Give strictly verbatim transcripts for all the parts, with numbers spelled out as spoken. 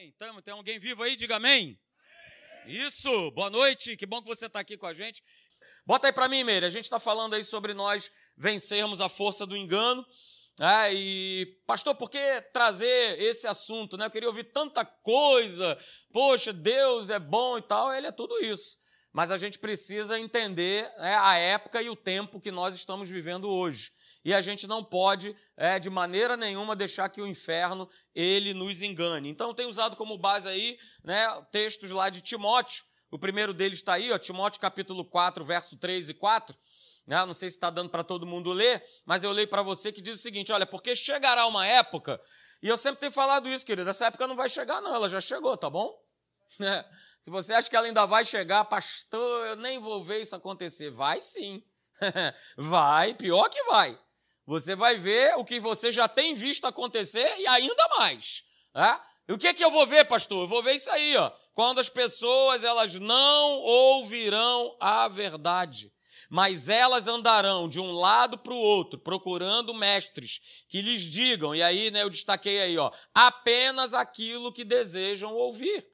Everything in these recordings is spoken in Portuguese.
Amém. Tamo, tem alguém vivo aí? Diga amém. Isso, boa noite, que bom que você está aqui com a gente. Bota aí para mim, Meire, a gente está falando aí sobre nós vencermos a força do engano. É, e, pastor, por que trazer esse assunto? Né? Eu queria ouvir tanta coisa, poxa, Deus é bom e tal, ele é tudo isso. Mas a gente precisa entender, né, a época e o tempo que nós estamos vivendo hoje. E a gente não pode, é, de maneira nenhuma, deixar que o inferno ele nos engane. Então, tem usado como base aí, né, textos lá de Timóteo. O primeiro deles está aí, ó, Timóteo capítulo quatro, verso três e quatro. Né, não sei se está dando para todo mundo ler, mas eu leio para você que diz o seguinte, olha, porque chegará uma época, e eu sempre tenho falado isso, querido, essa época não vai chegar não, ela já chegou, tá bom? É, se você acha que ela ainda vai chegar, pastor, eu nem vou ver isso acontecer. Vai sim, vai, pior que vai. Você vai ver o que você já tem visto acontecer e ainda mais. Né? E o que, que eu vou ver, pastor? Eu vou ver isso aí, ó. Quando as pessoas elas não ouvirão a verdade, mas elas andarão de um lado para o outro, procurando mestres que lhes digam, e aí né, eu destaquei aí, ó, apenas aquilo que desejam ouvir.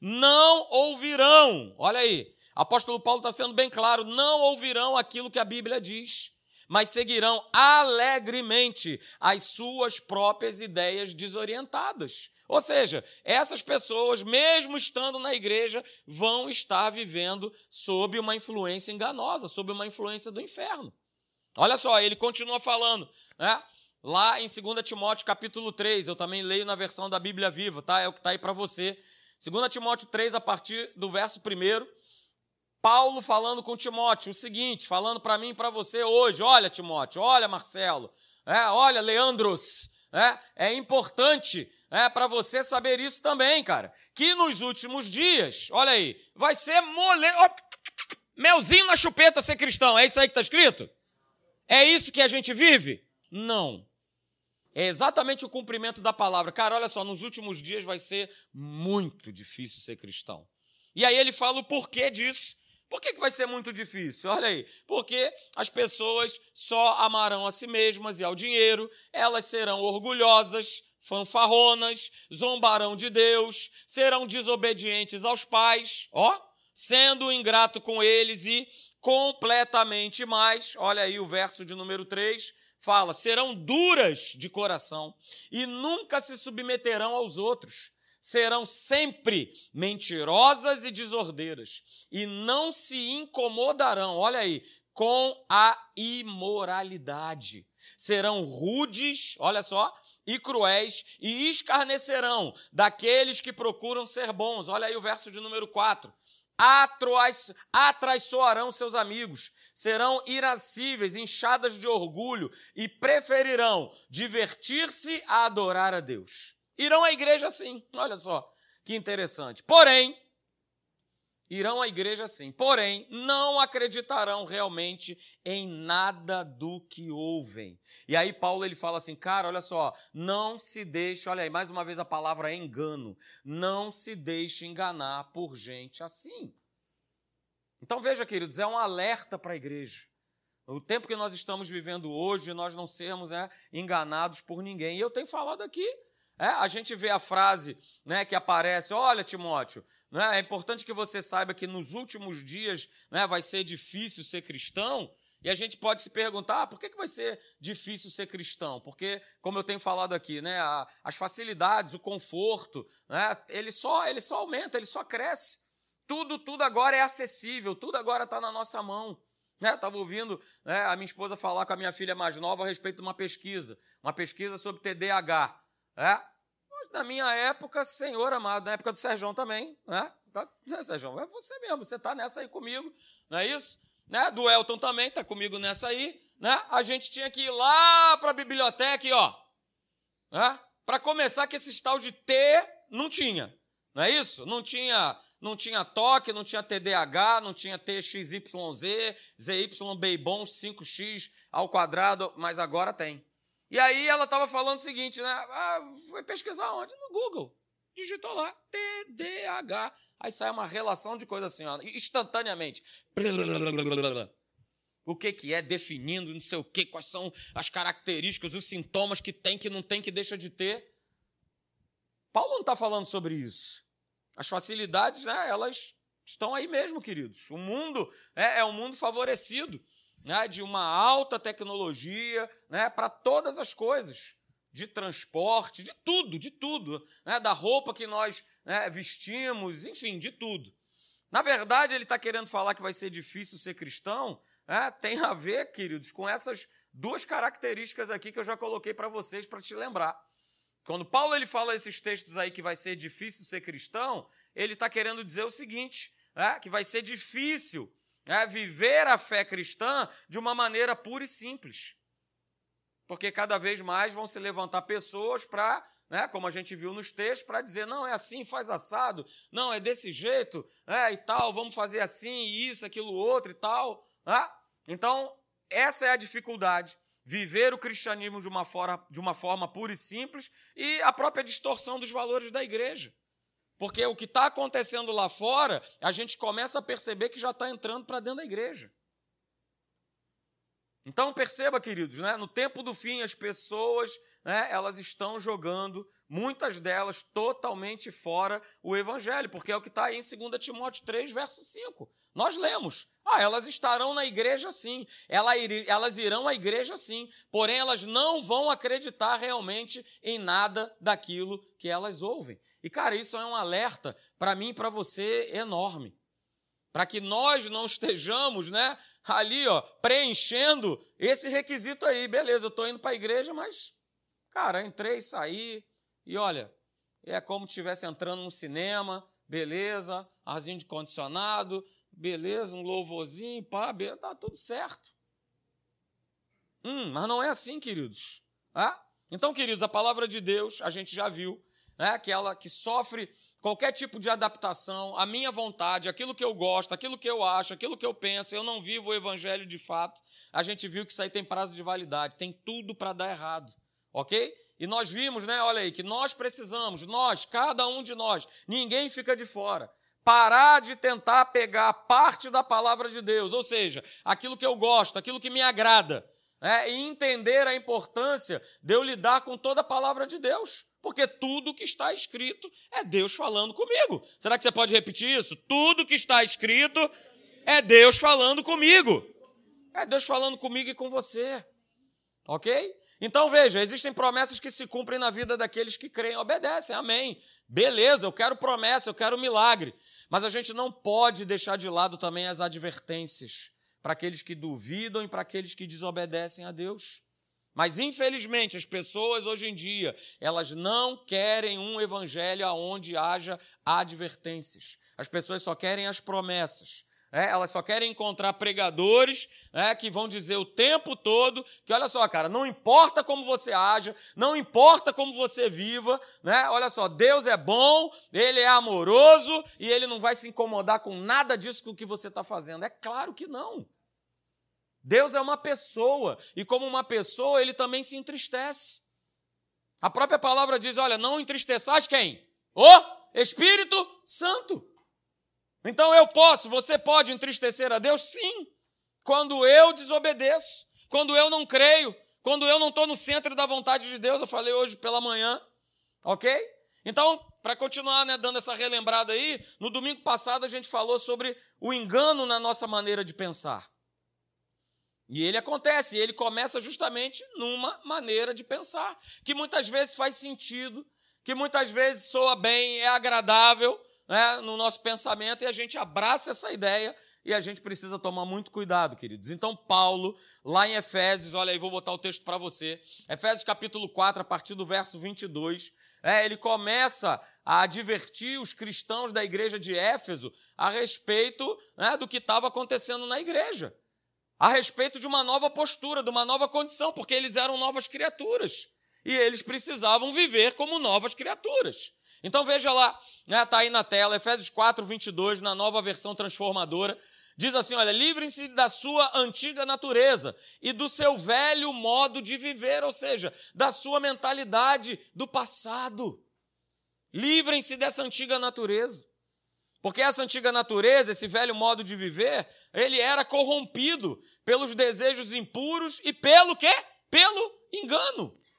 Não ouvirão, olha aí, o apóstolo Paulo está sendo bem claro, não ouvirão aquilo que a Bíblia diz, mas seguirão alegremente as suas próprias ideias desorientadas. Ou seja, essas pessoas, mesmo estando na igreja, vão estar vivendo sob uma influência enganosa, sob uma influência do inferno. Olha só, ele continua falando, né? Lá em dois Timóteo capítulo três, eu também leio na versão da Bíblia Viva, tá? É o que está aí para você. dois Timóteo três, a partir do verso primeiro, Paulo falando com Timóteo o seguinte, falando para mim e para você hoje, olha Timóteo, olha Marcelo, é, olha Leandros, é, é importante é, para você saber isso também, cara, que nos últimos dias, olha aí, vai ser mole... oh, melzinho na chupeta ser cristão, é isso aí que está escrito? É isso que a gente vive? Não. É exatamente o cumprimento da palavra. Cara, olha só, nos últimos dias vai ser muito difícil ser cristão. E aí ele fala o porquê disso. Por que que vai ser muito difícil? Olha aí, porque as pessoas só amarão a si mesmas e ao dinheiro, elas serão orgulhosas, fanfarronas, zombarão de Deus, serão desobedientes aos pais, ó, sendo ingrato com eles e completamente mais, olha aí o verso de número três, fala, serão duras de coração e nunca se submeterão aos outros. Serão sempre mentirosas e desordeiras e não se incomodarão, olha aí, com a imoralidade. Serão rudes, olha só, e cruéis e escarnecerão daqueles que procuram ser bons. Olha aí o verso de número quatro. Atraiçoarão seus amigos, serão irascíveis, inchadas de orgulho e preferirão divertir-se a adorar a Deus. Irão à igreja sim, olha só, que interessante. Porém, irão à igreja sim, porém, não acreditarão realmente em nada do que ouvem. E aí Paulo ele fala assim, cara, olha só, não se deixe, olha aí, mais uma vez a palavra é engano, não se deixe enganar por gente assim. Então veja, queridos, é um alerta para a igreja. O tempo que nós estamos vivendo hoje, nós não sermos é, enganados por ninguém. E eu tenho falado aqui, É, a gente vê a frase né, que aparece, olha Timóteo, né, é importante que você saiba que nos últimos dias né, vai ser difícil ser cristão, e a gente pode se perguntar, ah, por que, que vai ser difícil ser cristão? Porque, como eu tenho falado aqui, né, a, as facilidades, o conforto, né, ele, só, ele só aumenta, ele só cresce. Tudo, tudo agora é acessível, tudo agora está na nossa mão. Estava né, ouvindo né, a minha esposa falar com a minha filha mais nova a respeito de uma pesquisa, uma pesquisa sobre T D A H. É, mas na minha época, Senhor amado, na época do Sérgio também, né? Tá, Sérgio, é você mesmo, você está nessa aí comigo, não é isso? Né? Do Elton também está comigo nessa aí, né? A gente tinha que ir lá para a biblioteca e, ó, né? Para começar que esse tal de T não tinha, não é isso? Não tinha, não tinha toque, não tinha T D A H, não tinha T X Y Z, Z Y Beibon cinco x ao quadrado, mas agora tem. E aí ela estava falando o seguinte, né? Ah, foi pesquisar onde? No Google. Digitou lá, T D A H. Aí sai uma relação de coisa assim, ó, instantaneamente. O que, que é, definindo, não sei o quê, quais são as características, os sintomas que tem, que não tem, que deixa de ter. Paulo não está falando sobre isso. As facilidades, né, elas estão aí mesmo, queridos. O mundo é, é um mundo favorecido, né, de uma alta tecnologia, né, para todas as coisas, de transporte, de tudo, de tudo, né, da roupa que nós, né, vestimos, enfim, de tudo. Na verdade, ele está querendo falar que vai ser difícil ser cristão, né, tem a ver, queridos, com essas duas características aqui que eu já coloquei para vocês para te lembrar. Quando Paulo ele fala esses textos aí que vai ser difícil ser cristão, ele está querendo dizer o seguinte, né, que vai ser difícil, né, viver a fé cristã de uma maneira pura e simples. Porque cada vez mais vão se levantar pessoas para, né, como a gente viu nos textos, para dizer, não, é assim, faz assado, não, é desse jeito, é, e tal, vamos fazer assim, isso, aquilo, outro e tal. Né? Então, essa é a dificuldade. Viver o cristianismo de uma, forma, de uma forma pura e simples e a própria distorção dos valores da igreja. Porque o que está acontecendo lá fora, a gente começa a perceber que já está entrando para dentro da igreja. Então, perceba, queridos, né, no tempo do fim, as pessoas, né, elas estão jogando, muitas delas, totalmente fora o evangelho, porque é o que está aí em dois Timóteo três, verso cinco. Nós lemos, ah, elas estarão na igreja sim, elas irão à igreja sim, porém elas não vão acreditar realmente em nada daquilo que elas ouvem. E, cara, isso é um alerta para mim e para você enorme. Para que nós não estejamos, né, ali, ó, preenchendo esse requisito aí. Beleza, eu estou indo para a igreja, mas, cara, entrei, saí, e olha, é como se estivesse entrando no cinema, beleza, arzinho de condicionado, beleza, um louvorzinho, pá, beleza, tá tudo certo. Hum, mas não é assim, queridos. Ah? Então, queridos, a palavra de Deus, a gente já viu, né, aquela que sofre qualquer tipo de adaptação, a minha vontade, aquilo que eu gosto, aquilo que eu acho, aquilo que eu penso, eu não vivo o evangelho de fato, a gente viu que isso aí tem prazo de validade, tem tudo para dar errado, ok? E nós vimos, né, olha aí, que nós precisamos, nós, cada um de nós, ninguém fica de fora, parar de tentar pegar parte da palavra de Deus, ou seja, aquilo que eu gosto, aquilo que me agrada, né, e entender a importância de eu lidar com toda a palavra de Deus. Porque tudo que está escrito é Deus falando comigo. Será que você pode repetir isso? Tudo que está escrito é Deus falando comigo. É Deus falando comigo e com você. Ok? Então, veja, existem promessas que se cumprem na vida daqueles que creem e obedecem. Amém. Beleza, eu quero promessa, eu quero milagre. Mas a gente não pode deixar de lado também as advertências para aqueles que duvidam e para aqueles que desobedecem a Deus. Mas, infelizmente, as pessoas hoje em dia, elas não querem um evangelho onde haja advertências. As pessoas só querem as promessas. É, elas só querem encontrar pregadores, é, que vão dizer o tempo todo que, olha só, cara, não importa como você haja, não importa como você viva, né? Olha só, Deus é bom, Ele é amoroso e Ele não vai se incomodar com nada disso que você está fazendo. É claro que não. Deus é uma pessoa, e como uma pessoa, ele também se entristece. A própria palavra diz, olha, não entristeçais quem? O Espírito Santo. Então eu posso, você pode entristecer a Deus? Sim, quando eu desobedeço, quando eu não creio, quando eu não estou no centro da vontade de Deus, eu falei hoje pela manhã, ok? Então, para continuar, né, dando essa relembrada aí, no domingo passado a gente falou sobre o engano na nossa maneira de pensar. E ele acontece, ele começa justamente numa maneira de pensar, que muitas vezes faz sentido, que muitas vezes soa bem, é agradável, né, no nosso pensamento, e a gente abraça essa ideia e a gente precisa tomar muito cuidado, queridos. Então, Paulo, lá em Efésios, olha aí, vou botar o texto para você, Efésios capítulo quatro, a partir do verso vinte e dois, é, ele começa a advertir os cristãos da igreja de Éfeso a respeito, né, do que estava acontecendo na igreja. A respeito de uma nova postura, de uma nova condição, porque eles eram novas criaturas e eles precisavam viver como novas criaturas. Então veja lá, né, está aí na tela, Efésios quatro, vinte e dois, na nova versão transformadora, diz assim, olha, livrem-se da sua antiga natureza e do seu velho modo de viver, ou seja, da sua mentalidade do passado. Livrem-se dessa antiga natureza. Porque essa antiga natureza, esse velho modo de viver, ele era corrompido pelos desejos impuros e pelo quê? Pelo engano.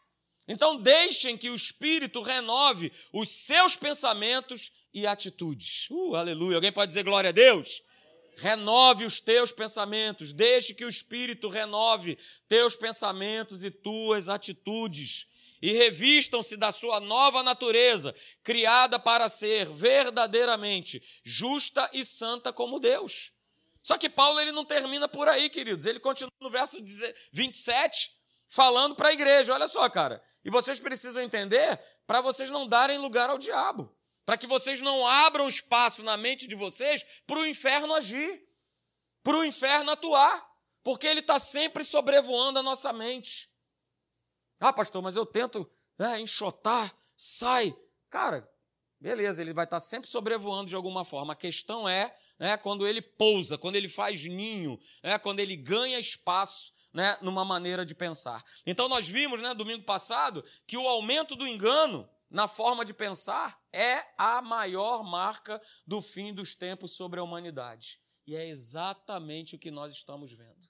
Então, deixem que o Espírito renove os seus pensamentos e atitudes. Uh, aleluia. Alguém pode dizer glória a Deus? Renove os teus pensamentos. Deixe que o Espírito renove teus pensamentos e tuas atitudes. E revistam-se da sua nova natureza, criada para ser verdadeiramente justa e santa como Deus. Só que Paulo ele não termina por aí, queridos. Ele continua no verso vinte e sete, falando para a igreja. Olha só, cara. E vocês precisam entender para vocês não darem lugar ao diabo. Para que vocês não abram espaço na mente de vocês para o inferno agir, para o inferno atuar. Porque ele está sempre sobrevoando a nossa mente. Ah, pastor, mas eu tento né, enxotar, sai. Cara, beleza, ele vai estar sempre sobrevoando de alguma forma. A questão é né, quando ele pousa, quando ele faz ninho, né, quando ele ganha espaço né, numa maneira de pensar. Então, nós vimos, né, domingo passado, que o aumento do engano na forma de pensar é a maior marca do fim dos tempos sobre a humanidade. E é exatamente o que nós estamos vendo.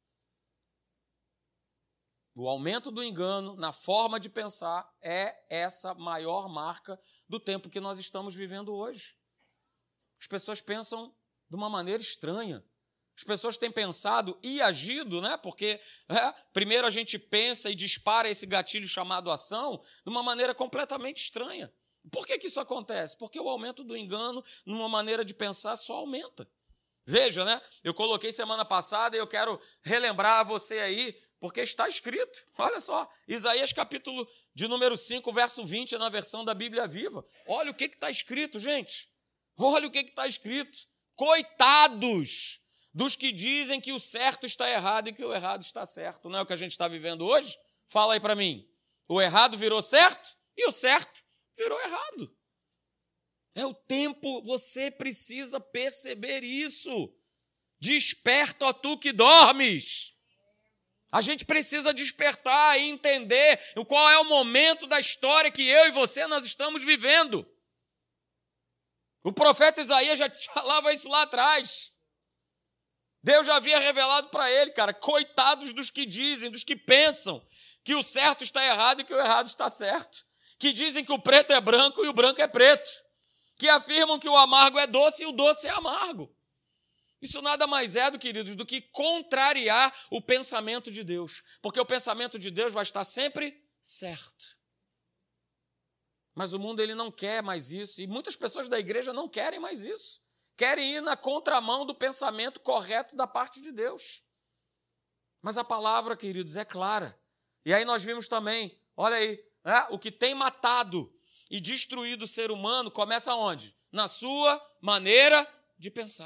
O aumento do engano na forma de pensar é essa maior marca do tempo que nós estamos vivendo hoje. As pessoas pensam de uma maneira estranha. As pessoas têm pensado e agido, né? Porque é, primeiro a gente pensa e dispara esse gatilho chamado ação de uma maneira completamente estranha. Por que que isso acontece? Porque o aumento do engano numa maneira de pensar só aumenta. Veja, né? Eu coloquei semana passada e eu quero relembrar a você aí, porque está escrito. Olha só, Isaías capítulo de número cinco, verso vinte, na versão da Bíblia Viva. Olha o que está escrito, gente. Olha o que está escrito. Coitados dos que dizem que o certo está errado e que o errado está certo. Não é o que a gente está vivendo hoje? Fala aí para mim. O errado virou certo e o certo virou errado. É o tempo, você precisa perceber isso. Desperta, ó tu que dormes. A gente precisa despertar e entender qual é o momento da história que eu e você nós estamos vivendo. O profeta Isaías já te falava isso lá atrás. Deus já havia revelado para ele, cara, coitados dos que dizem, dos que pensam que o certo está errado e que o errado está certo. Que dizem que o preto é branco e o branco é preto. Que afirmam que o amargo é doce e o doce é amargo. Isso nada mais é, do, queridos, do que contrariar o pensamento de Deus. Porque o pensamento de Deus vai estar sempre certo. Mas o mundo ele não quer mais isso. E muitas pessoas da igreja não querem mais isso. Querem ir na contramão do pensamento correto da parte de Deus. Mas a palavra, queridos, é clara. E aí nós vimos também, olha aí, né, o que tem matado e destruído o ser humano começa onde? Na sua maneira de pensar.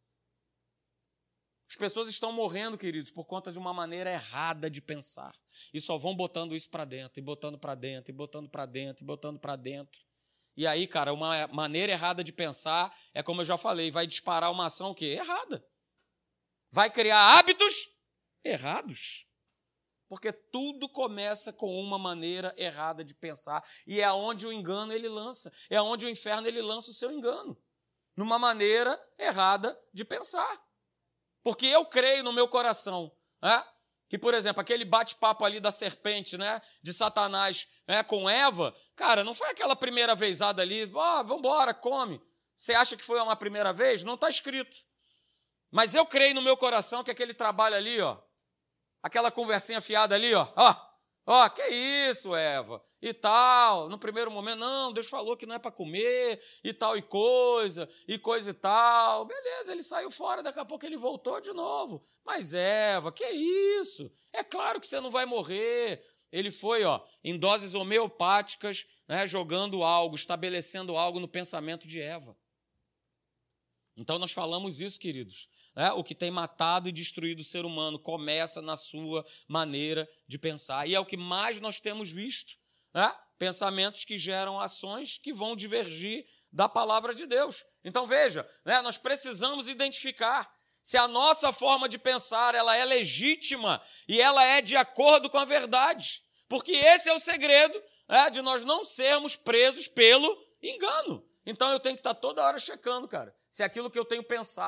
As pessoas estão morrendo, queridos, por conta de uma maneira errada de pensar. E só vão botando isso para dentro, e botando para dentro, e botando para dentro, e botando para dentro. E aí, cara, uma maneira errada de pensar é, como eu já falei, vai disparar uma ação o quê? Errada. Vai criar hábitos errados. Porque tudo começa com uma maneira errada de pensar. E é onde o engano ele lança. É onde o inferno ele lança o seu engano. Numa maneira errada de pensar. Porque eu creio no meu coração, né, que, por exemplo, aquele bate-papo ali da serpente, né, de Satanás né, com Eva, cara, não foi aquela primeira vezada ali, ó, oh, vamos embora, come. Você acha que foi uma primeira vez? Não está escrito. Mas eu creio no meu coração que aquele trabalho ali, ó, aquela conversinha fiada ali, ó, ó, ó, que isso, Eva, e tal, no primeiro momento, não, Deus falou que não é para comer, e tal, e coisa, e coisa e tal, beleza, ele saiu fora, daqui a pouco ele voltou de novo, mas Eva, que isso, é claro que você não vai morrer, ele foi, ó, em doses homeopáticas, né, jogando algo, estabelecendo algo no pensamento de Eva. Então, nós falamos isso, queridos. Né? O que tem matado e destruído o ser humano começa na sua maneira de pensar. E é o que mais nós temos visto. Né? Pensamentos que geram ações que vão divergir da palavra de Deus. Então, veja, né? Nós precisamos identificar se a nossa forma de pensar ela é legítima e ela é de acordo com a verdade. Porque esse é o segredo né? de nós não sermos presos pelo engano. Então, eu tenho que estar toda hora checando, cara, se aquilo que eu tenho pensado,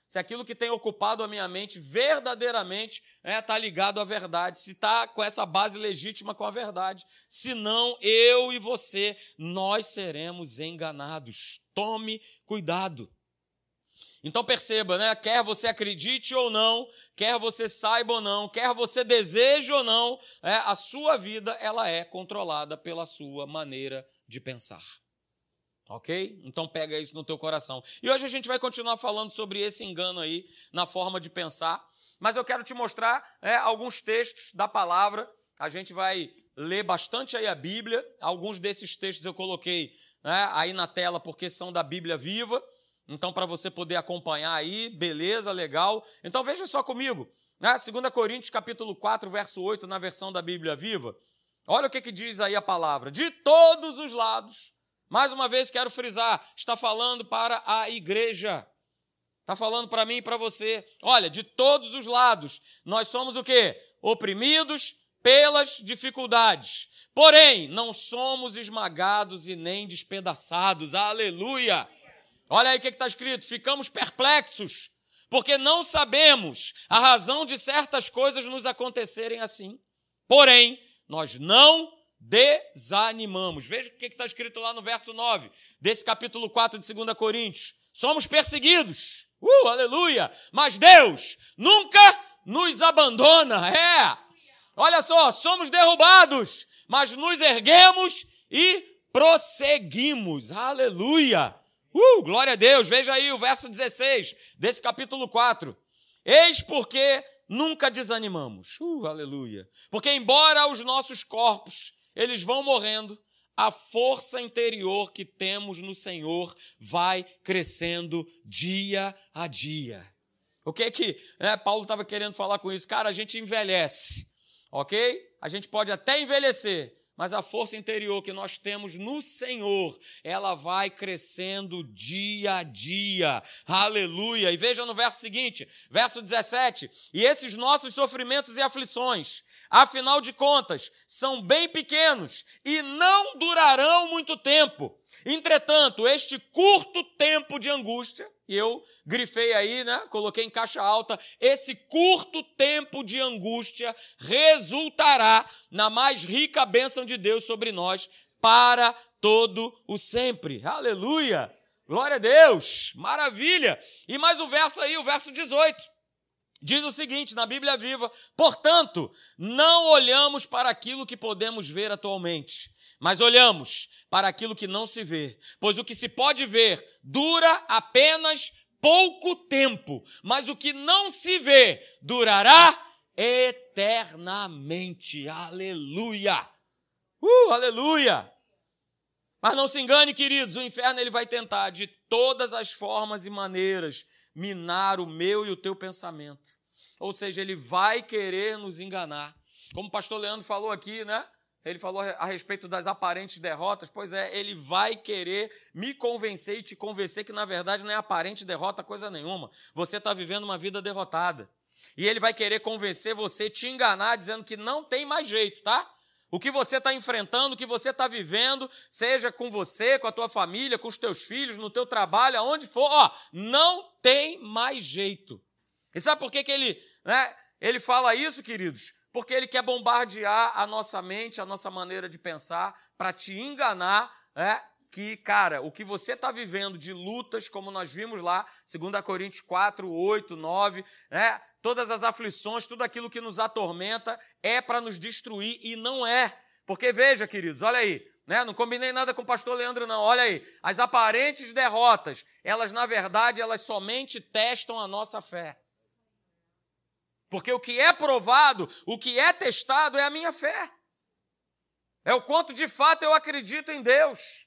se aquilo que tem ocupado a minha mente verdadeiramente está é, ligado à verdade, se está com essa base legítima com a verdade. Senão, eu e você, nós seremos enganados. Tome cuidado. Então perceba, né? Quer você acredite ou não, quer você saiba ou não, quer você deseje ou não, é, a sua vida ela é controlada pela sua maneira de pensar. Ok? Então pega isso no teu coração. E hoje a gente vai continuar falando sobre esse engano aí na forma de pensar, mas eu quero te mostrar é, alguns textos da palavra. A gente vai ler bastante aí a Bíblia. Alguns desses textos eu coloquei né, aí na tela porque são da Bíblia Viva. Então, para você poder acompanhar aí, beleza, legal. Então, veja só comigo, né? segunda Coríntios, capítulo quatro, verso oito, na versão da Bíblia Viva. Olha o que, que diz aí a palavra. De todos os lados, mais uma vez quero frisar, está falando para a igreja. Está falando para mim e para você. Olha, de todos os lados, nós somos o quê? Oprimidos pelas dificuldades. Porém, não somos esmagados e nem despedaçados. Aleluia! Olha aí o que está escrito, ficamos perplexos, porque não sabemos a razão de certas coisas nos acontecerem assim. Porém, nós não desanimamos. Veja o que está escrito lá no verso nove, desse capítulo quatro de segunda Coríntios. Somos perseguidos, uh, aleluia, mas Deus nunca nos abandona, é. Olha só, somos derrubados, mas nos erguemos e prosseguimos, aleluia. Uh, glória a Deus, veja aí o verso dezesseis desse capítulo quatro. Eis porque nunca desanimamos. Uh, aleluia. Porque embora os nossos corpos, eles vão morrendo, a força interior que temos no Senhor vai crescendo dia a dia. O que é que né, Paulo estava querendo falar com isso? Cara, a gente envelhece, ok? A gente pode até envelhecer, mas a força interior que nós temos no Senhor, ela vai crescendo dia a dia. Aleluia! E veja no verso seguinte, verso dezessete. E esses nossos sofrimentos e aflições, afinal de contas, são bem pequenos e não durarão muito tempo. Entretanto, este curto tempo de angústia, e eu grifei aí, né? Coloquei em caixa alta, esse curto tempo de angústia resultará na mais rica bênção de Deus sobre nós para todo o sempre. Aleluia! Glória a Deus! Maravilha! E mais um verso aí, o verso dezoito. Diz o seguinte, na Bíblia Viva, portanto, não olhamos para aquilo que podemos ver atualmente, mas olhamos para aquilo que não se vê, pois o que se pode ver dura apenas pouco tempo, mas o que não se vê durará eternamente. Aleluia! Uh, aleluia! Mas não se engane, queridos, o inferno ele vai tentar de todas as formas e maneiras minar o meu e o teu pensamento. Ou seja, ele vai querer nos enganar. Como o pastor Leandro falou aqui, né? Ele falou a respeito das aparentes derrotas. Pois é, ele vai querer me convencer e te convencer que, na verdade, não é aparente derrota coisa nenhuma. Você está vivendo uma vida derrotada. E ele vai querer convencer você, te enganar, dizendo que não tem mais jeito, tá? O que você está enfrentando, o que você está vivendo, seja com você, com a tua família, com os teus filhos, no teu trabalho, aonde for, ó, não tem mais jeito. E sabe por que, que ele, né, ele fala isso, queridos? Porque ele quer bombardear a nossa mente, a nossa maneira de pensar, para te enganar, né, que, cara, o que você está vivendo de lutas, como nós vimos lá, segunda Coríntios quatro, oito, nove, né, todas as aflições, tudo aquilo que nos atormenta é para nos destruir e não é. Porque veja, queridos, olha aí, né, não combinei nada com o pastor Leandro, não, olha aí, as aparentes derrotas, elas, na verdade, elas somente testam a nossa fé. Porque o que é provado, o que é testado é a minha fé. É o quanto de fato eu acredito em Deus.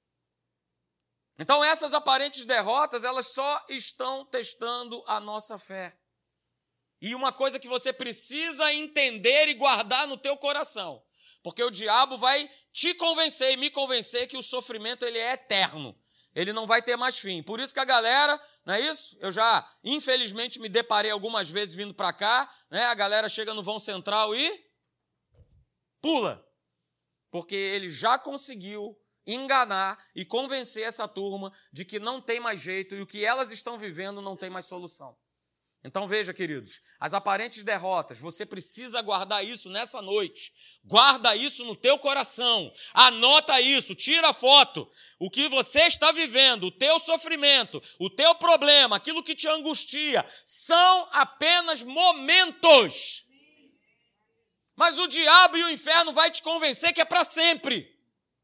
Então essas aparentes derrotas, elas só estão testando a nossa fé. E uma coisa que você precisa entender e guardar no teu coração, porque o diabo vai te convencer e me convencer que o sofrimento ele é eterno. Ele não vai ter mais fim. Por isso que a galera, não é isso? Eu já, infelizmente, me deparei algumas vezes vindo para cá, né? A galera chega no vão central e pula. Porque ele já conseguiu enganar e convencer essa turma de que não tem mais jeito e o que elas estão vivendo não tem mais solução. Então veja, queridos, as aparentes derrotas, você precisa guardar isso nessa noite. Guarda isso no teu coração. Anota isso, tira a foto. O que você está vivendo, o teu sofrimento, o teu problema, aquilo que te angustia, são apenas momentos. Mas o diabo e o inferno vai te convencer que é para sempre.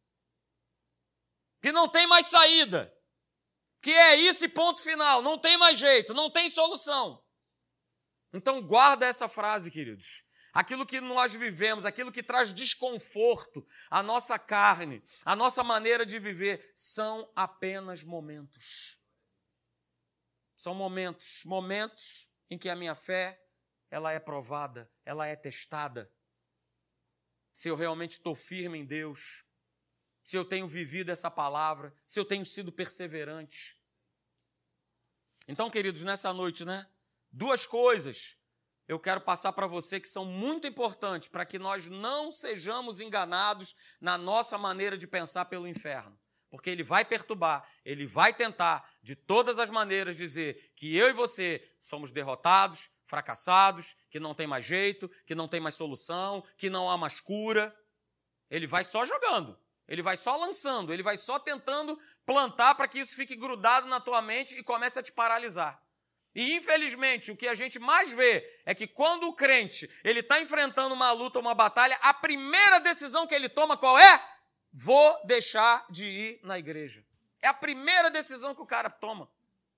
Que não tem mais saída. Que é isso e ponto final. Não tem mais jeito, não tem solução. Então guarda essa frase, queridos. Aquilo que nós vivemos, aquilo que traz desconforto à nossa carne, à nossa maneira de viver, são apenas momentos. São momentos, momentos em que a minha fé, ela é provada, ela é testada. Se eu realmente estou firme em Deus, se eu tenho vivido essa palavra, se eu tenho sido perseverante. Então, queridos, nessa noite, né? Duas coisas eu quero passar para você que são muito importantes para que nós não sejamos enganados na nossa maneira de pensar pelo inferno. Porque ele vai perturbar, ele vai tentar de todas as maneiras dizer que eu e você somos derrotados, fracassados, que não tem mais jeito, que não tem mais solução, que não há mais cura. Ele vai só jogando, ele vai só lançando, ele vai só tentando plantar para que isso fique grudado na tua mente e comece a te paralisar. E, infelizmente, o que a gente mais vê é que quando o crente ele está enfrentando uma luta, uma batalha, a primeira decisão que ele toma qual é? Vou deixar de ir na igreja. É a primeira decisão que o cara toma.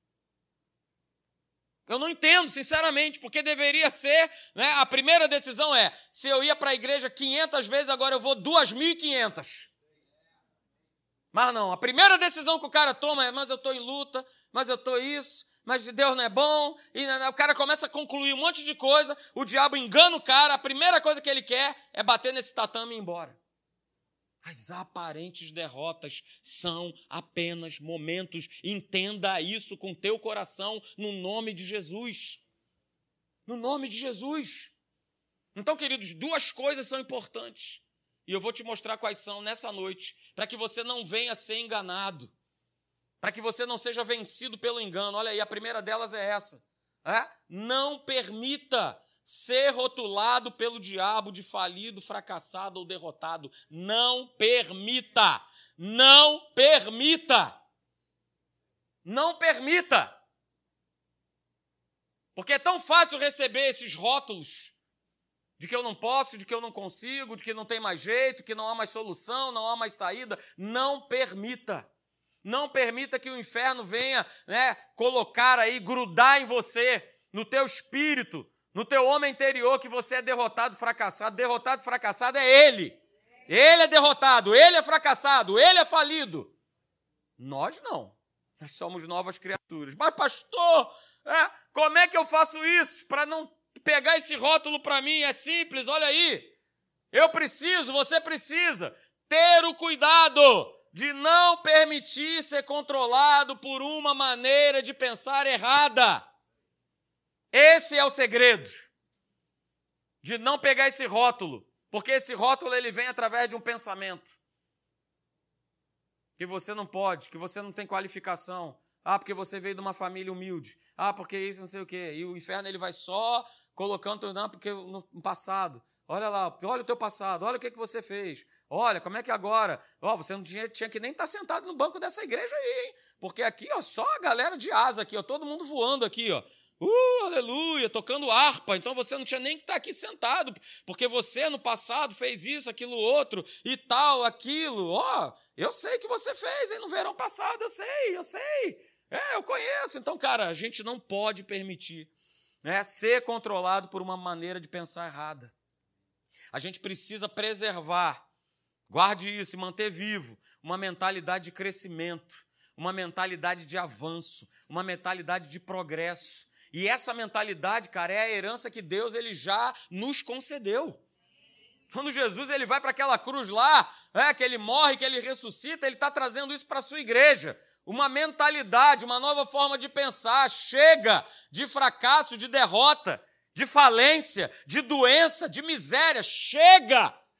Eu não entendo, sinceramente, porque deveria ser, né, a primeira decisão é, se eu ia para a igreja quinhentas vezes, agora eu vou duas mil e quinhentas. Mas não, a primeira decisão que o cara toma é, mas eu estou em luta, mas eu estou isso, mas Deus não é bom, e o cara começa a concluir um monte de coisa, o diabo engana o cara, a primeira coisa que ele quer é bater nesse tatame e ir embora. As aparentes derrotas são apenas momentos, entenda isso com teu coração, no nome de Jesus. No nome de Jesus. Então, queridos, duas coisas são importantes. E eu vou te mostrar quais são nessa noite, para que você não venha a ser enganado, para que você não seja vencido pelo engano. Olha aí, a primeira delas é essa. É? Não permita ser rotulado pelo diabo de falido, fracassado ou derrotado. Não permita. Não permita. Não permita. Porque é tão fácil receber esses rótulos de que eu não posso, de que eu não consigo, de que não tem mais jeito, que não há mais solução, não há mais saída. Não permita. Não permita que o inferno venha, né, colocar aí, grudar em você, no teu espírito, no teu homem interior, que você é derrotado, fracassado. Derrotado, fracassado é ele. Ele é derrotado, ele é fracassado, ele é falido. Nós não. Nós somos novas criaturas. Mas, pastor, é, como é que eu faço isso para não pegar esse rótulo para mim? É simples, olha aí. Eu preciso, você precisa ter o cuidado de não permitir ser controlado por uma maneira de pensar errada. Esse é o segredo de não pegar esse rótulo, porque esse rótulo ele vem através de um pensamento que você não pode, que você não tem qualificação. Ah, porque você veio de uma família humilde. Ah, porque isso, não sei o quê. E o inferno ele vai só colocando, não, porque no passado. Olha lá, olha o teu passado, olha o que, que você fez. Olha, como é que agora? Ó, você não tinha, tinha que nem estar sentado no banco dessa igreja aí, hein? Porque aqui, ó, só a galera de asa aqui, ó, todo mundo voando aqui, ó. Uh, aleluia, tocando harpa. Então você não tinha nem que estar aqui sentado, porque você no passado fez isso, aquilo, outro, e tal, aquilo. Ó, eu sei que você fez, hein, no verão passado, eu sei, eu sei. É, eu conheço. Então, cara, a gente não pode permitir, né, ser controlado por uma maneira de pensar errada. A gente precisa preservar, guarde isso e manter vivo, uma mentalidade de crescimento, uma mentalidade de avanço, uma mentalidade de progresso. E essa mentalidade, cara, é a herança que Deus ele já nos concedeu. Quando Jesus ele vai para aquela cruz lá, é, que ele morre, que ele ressuscita, ele está trazendo isso para a sua igreja. Uma mentalidade, uma nova forma de pensar. Chega de fracasso, de derrota, de falência, de doença, de miséria. Chega!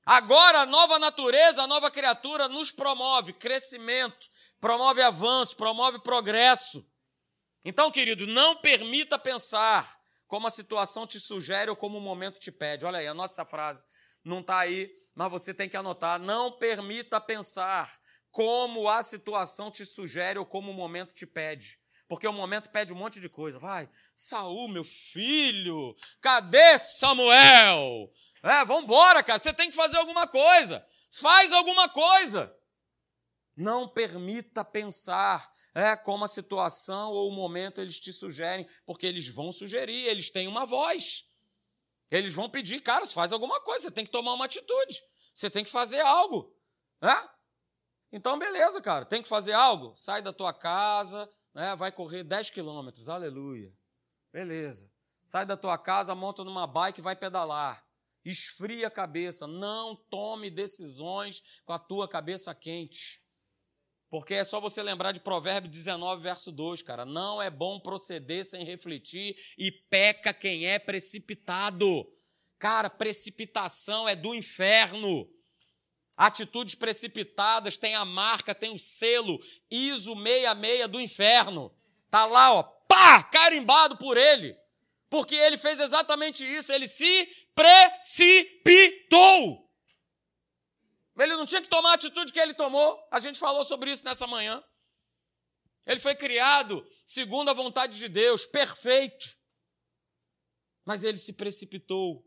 Agora, a nova natureza, a nova criatura nos promove crescimento, promove avanço, promove progresso. Então, querido, não permita pensar como a situação te sugere ou como o momento te pede. Olha aí, anota essa frase. Não está aí, mas você tem que anotar. Não permita pensar como a situação te sugere ou como o momento te pede. Porque o momento pede um monte de coisa. Vai, Saul, meu filho, cadê Samuel? É, vambora, cara, você tem que fazer alguma coisa. Faz alguma coisa. Não permita pensar é, como a situação ou o momento eles te sugerem, porque eles vão sugerir, eles têm uma voz. Eles vão pedir, cara, faz alguma coisa, você tem que tomar uma atitude, você tem que fazer algo. É? Então, beleza, cara, tem que fazer algo? Sai da tua casa, né, vai correr dez quilômetros, aleluia. Beleza. Sai da tua casa, monta numa bike e vai pedalar. Esfria a cabeça, não tome decisões com a tua cabeça quente. Porque é só você lembrar de Provérbios dezenove, verso dois, cara. Não é bom proceder sem refletir e peca quem é precipitado. Cara, precipitação é do inferno. Atitudes precipitadas têm a marca, tem o selo I S O seis seis seis do inferno. Tá lá, ó, pá, carimbado por ele. Porque ele fez exatamente isso, ele se precipitou. Ele não tinha que tomar a atitude que ele tomou. A gente falou sobre isso nessa manhã. Ele foi criado segundo a vontade de Deus, perfeito. Mas ele se precipitou.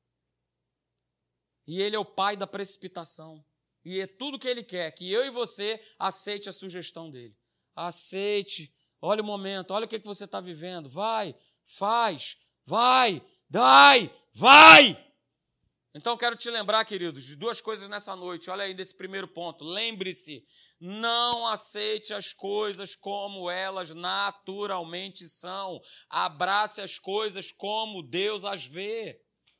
E ele é o pai da precipitação. E é tudo que ele quer, que eu e você aceite a sugestão dele. Aceite. Olha o momento, olha o que você está vivendo. Vai, faz, vai, dai, vai. Então, quero te lembrar, queridos, de duas coisas nessa noite. Olha aí desse primeiro ponto. Lembre-se, não aceite as coisas como elas naturalmente são. Abrace as coisas como Deus as vê.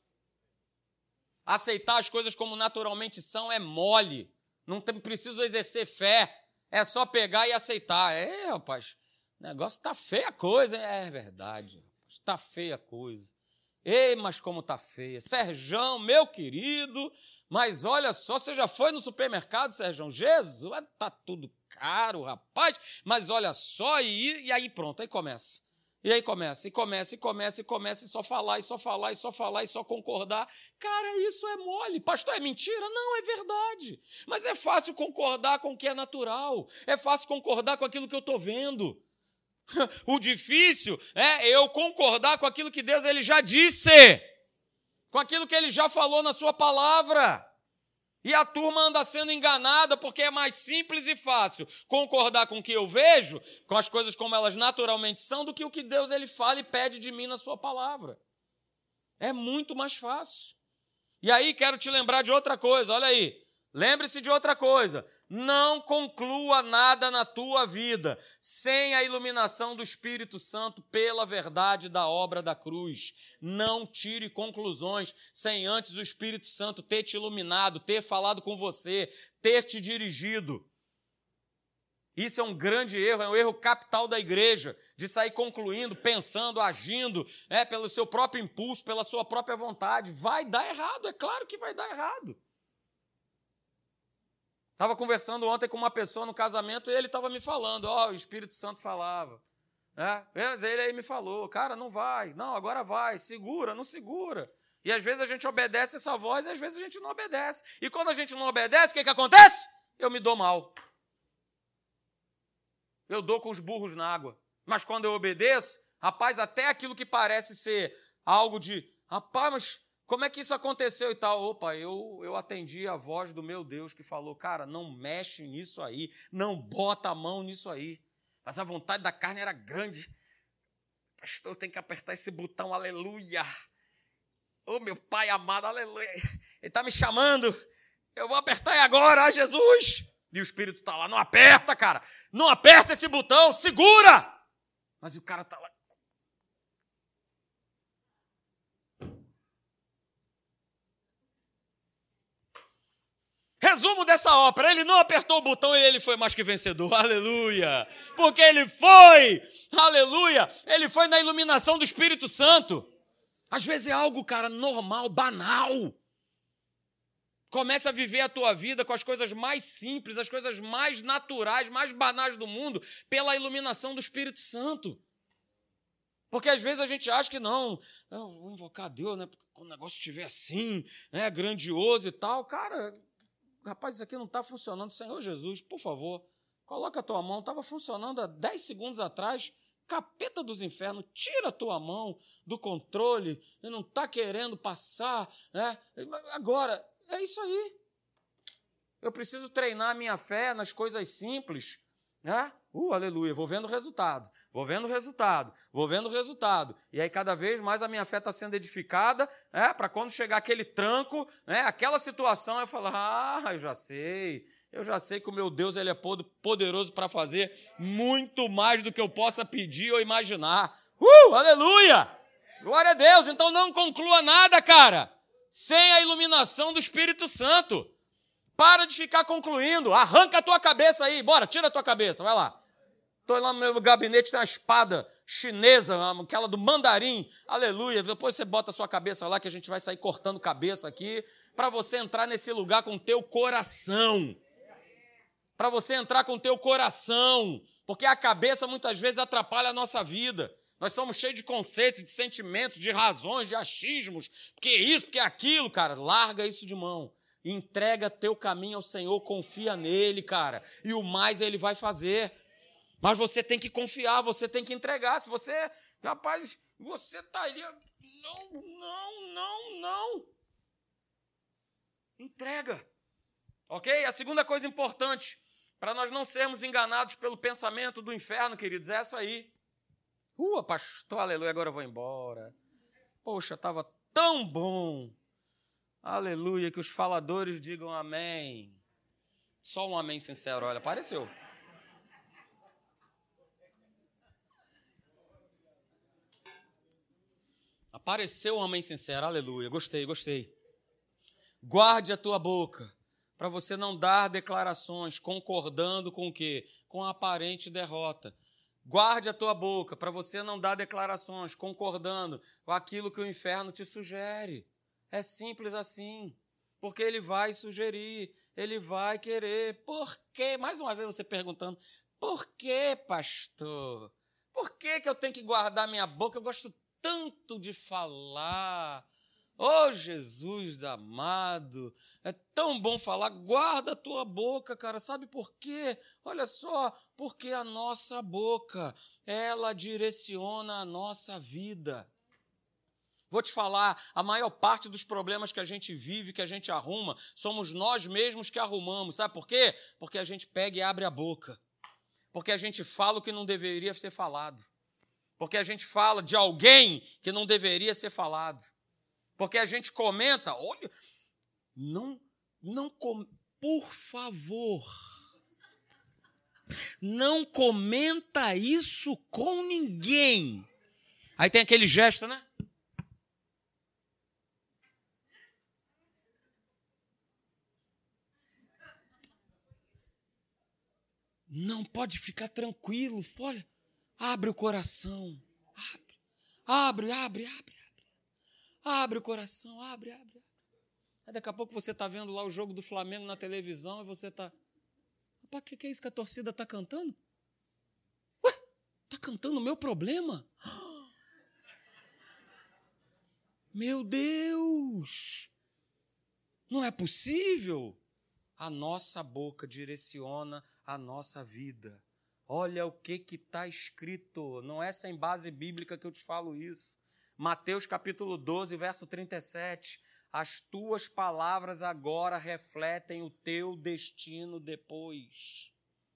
Aceitar as coisas como naturalmente são é mole. Não tem, preciso exercer fé. É só pegar e aceitar. É, rapaz, o negócio está feia a coisa. É verdade, está feia a coisa. Ei, mas como está feia. Serjão, meu querido, mas olha só, você já foi no supermercado, Serjão? Jesus, está tudo caro, rapaz, mas olha só, e, e aí pronto, aí começa. E aí começa, e começa, e começa, e começa, e só falar, e só falar, e só falar, e só concordar. Cara, isso é mole. Pastor, é mentira? Não, é verdade. Mas é fácil concordar com o que é natural. É fácil concordar com aquilo que eu estou vendo. O difícil é eu concordar com aquilo que Deus ele já disse, com aquilo que ele já falou na sua palavra. E a turma anda sendo enganada porque é mais simples e fácil concordar com o que eu vejo, com as coisas como elas naturalmente são, do que o que Deus ele fala e pede de mim na sua palavra. É muito mais fácil. E aí quero te lembrar de outra coisa, olha aí. Lembre-se de outra coisa, não conclua nada na tua vida sem a iluminação do Espírito Santo pela verdade da obra da cruz. Não tire conclusões sem antes o Espírito Santo ter te iluminado, ter falado com você, ter te dirigido. Isso é um grande erro, é um erro capital da igreja, de sair concluindo, pensando, agindo, é, pelo seu próprio impulso, pela sua própria vontade. Vai dar errado, é claro que vai dar errado. Estava conversando ontem com uma pessoa no casamento e ele estava me falando, ó, oh, o Espírito Santo falava. É, ele aí me falou, cara, não vai, não, agora vai, segura, não segura. E às vezes a gente obedece essa voz e às vezes a gente não obedece. E quando a gente não obedece, o que, que acontece? Eu me dou mal. Eu dou com os burros na água. Mas quando eu obedeço, rapaz, até aquilo que parece ser algo de, rapaz, mas como é que isso aconteceu e tal? Opa, eu, eu atendi a voz do meu Deus que falou, cara, não mexe nisso aí, não bota a mão nisso aí. Mas a vontade da carne era grande. Pastor, eu tenho que apertar esse botão, aleluia. Ô, meu Pai amado, aleluia. Ele está me chamando. Eu vou apertar agora, ah, Jesus. E o Espírito está lá, não aperta, cara. Não aperta esse botão, segura. Mas o cara está lá. Resumo dessa ópera, ele não apertou o botão e ele foi mais que vencedor, aleluia, porque ele foi, aleluia, ele foi na iluminação do Espírito Santo. Às vezes é algo, cara, normal, banal, Comece a viver a tua vida com as coisas mais simples, as coisas mais naturais, mais banais do mundo, pela iluminação do Espírito Santo. Porque às vezes a gente acha que não, eu vou invocar Deus, né? Porque quando o negócio estiver assim, né, grandioso e tal, cara, rapaz, isso aqui não está funcionando. Senhor Jesus, por favor, coloca a tua mão. Estava funcionando há dez segundos atrás. Capeta dos infernos, tira a tua mão do controle, e não está querendo passar, né? Agora, é isso aí. Eu preciso treinar a minha fé nas coisas simples, né? Uh, aleluia, vou vendo o resultado, vou vendo o resultado, vou vendo o resultado. E aí, cada vez mais a minha fé está sendo edificada, né? Para quando chegar aquele tranco, né? Aquela situação, eu falo, ah, eu já sei, eu já sei que o meu Deus ele é poderoso para fazer muito mais do que eu possa pedir ou imaginar. Uh, aleluia! Glória a Deus! Então não conclua nada, cara, sem a iluminação do Espírito Santo. Para de ficar concluindo, arranca a tua cabeça aí, bora, tira a tua cabeça, vai lá. Estou lá no meu gabinete, tem uma espada chinesa, aquela do mandarim, aleluia. Depois você bota a sua cabeça lá, que a gente vai sair cortando cabeça aqui, para você entrar nesse lugar com o teu coração. Para você entrar com o teu coração, porque a cabeça muitas vezes atrapalha a nossa vida. Nós somos cheios de conceitos, de sentimentos, de razões, de achismos, porque isso, porque aquilo, cara, larga isso de mão. Entrega teu caminho ao Senhor, confia nele, cara, e o mais ele vai fazer. Mas você tem que confiar, você tem que entregar. Se você, rapaz, você está ali, não, não, não, não. Entrega. Ok? A segunda coisa importante, para nós não sermos enganados pelo pensamento do inferno, queridos, é essa aí. Uh, pastor, aleluia, agora eu vou embora. Poxa, estava tão bom. Aleluia, que os faladores digam amém. Só um amém sincero, olha, apareceu. Apareceu um amém sincero, aleluia, gostei, gostei. Guarde a tua boca, para você não dar declarações concordando com o quê? Com a aparente derrota. Guarde a tua boca, para você não dar declarações concordando com aquilo que o inferno te sugere. É simples assim, porque ele vai sugerir, ele vai querer. Por quê? Mais uma vez você perguntando, por que, pastor? Por que que eu tenho que guardar minha boca? Eu gosto tanto de falar. Oh, Jesus amado, é tão bom falar. Guarda a tua boca, cara. Sabe por quê? Olha só, porque a nossa boca, ela direciona a nossa vida. Vou te falar, a maior parte dos problemas que a gente vive, que a gente arruma, somos nós mesmos que arrumamos. Sabe por quê? Porque a gente pega e abre a boca. Porque a gente fala o que não deveria ser falado. Porque a gente fala de alguém que não deveria ser falado. Porque a gente comenta, olha, não, não, com, por favor, não comenta isso com ninguém. Aí tem aquele gesto, né? Não pode ficar tranquilo, olha, abre o coração, abre, abre, abre, abre, abre, abre o coração, abre, abre, abre. Aí daqui a pouco você está vendo lá o jogo do Flamengo na televisão e você está, rapaz, o que, que é isso que a torcida está cantando? Ué, está cantando o meu problema? Meu Deus, não é possível. A nossa boca direciona a nossa vida. Olha o que está escrito. Não é sem base bíblica que eu te falo isso. Mateus capítulo doze, verso trinta e sete. As tuas palavras agora refletem o teu destino depois.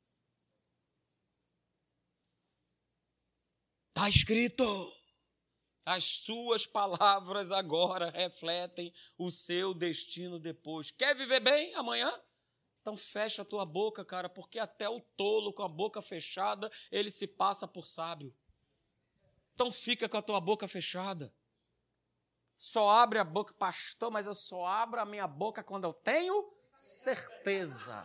Está escrito. As suas palavras agora refletem o seu destino depois. Quer viver bem amanhã? Então fecha a tua boca, cara, porque até o tolo com a boca fechada, ele se passa por sábio. Então fica com a tua boca fechada. Só abre a boca, pastor, mas eu só abro a minha boca quando eu tenho certeza.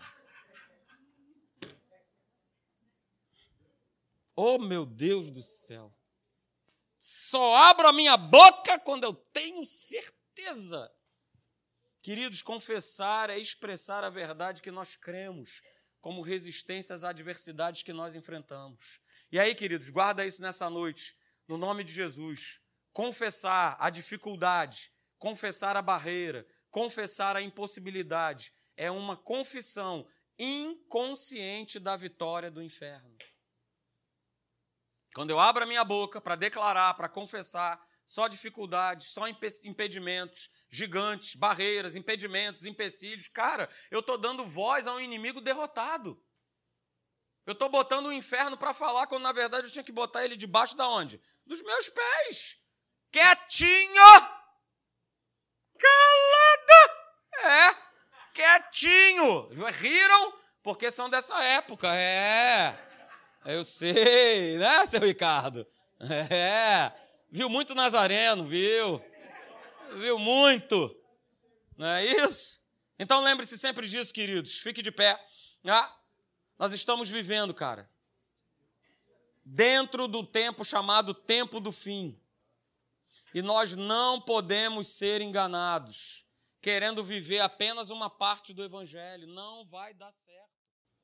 Oh, meu Deus do céu. Só abro a minha boca quando eu tenho certeza. Queridos, confessar é expressar a verdade que nós cremos, como resistência às adversidades que nós enfrentamos. E aí, queridos, guarda isso nessa noite, no nome de Jesus. Confessar a dificuldade, confessar a barreira, confessar a impossibilidade, é uma confissão inconsciente da vitória do inferno. Quando eu abro a minha boca para declarar, para confessar, só dificuldades, só impedimentos, gigantes, barreiras, impedimentos, empecilhos, cara, eu estou dando voz a um inimigo derrotado. Eu estou botando o inferno para falar, quando na verdade eu tinha que botar ele debaixo da onde? Dos meus pés. Quietinho! Calada! É, quietinho! Riram porque são dessa época, é. Eu sei, né, seu Ricardo? É. Viu muito Nazareno, viu? Viu muito. Não é isso? Então lembre-se sempre disso, queridos. Fique de pé. Ah, nós estamos vivendo, cara, dentro do tempo chamado tempo do fim. E nós não podemos ser enganados, querendo viver apenas uma parte do evangelho. Não vai dar certo.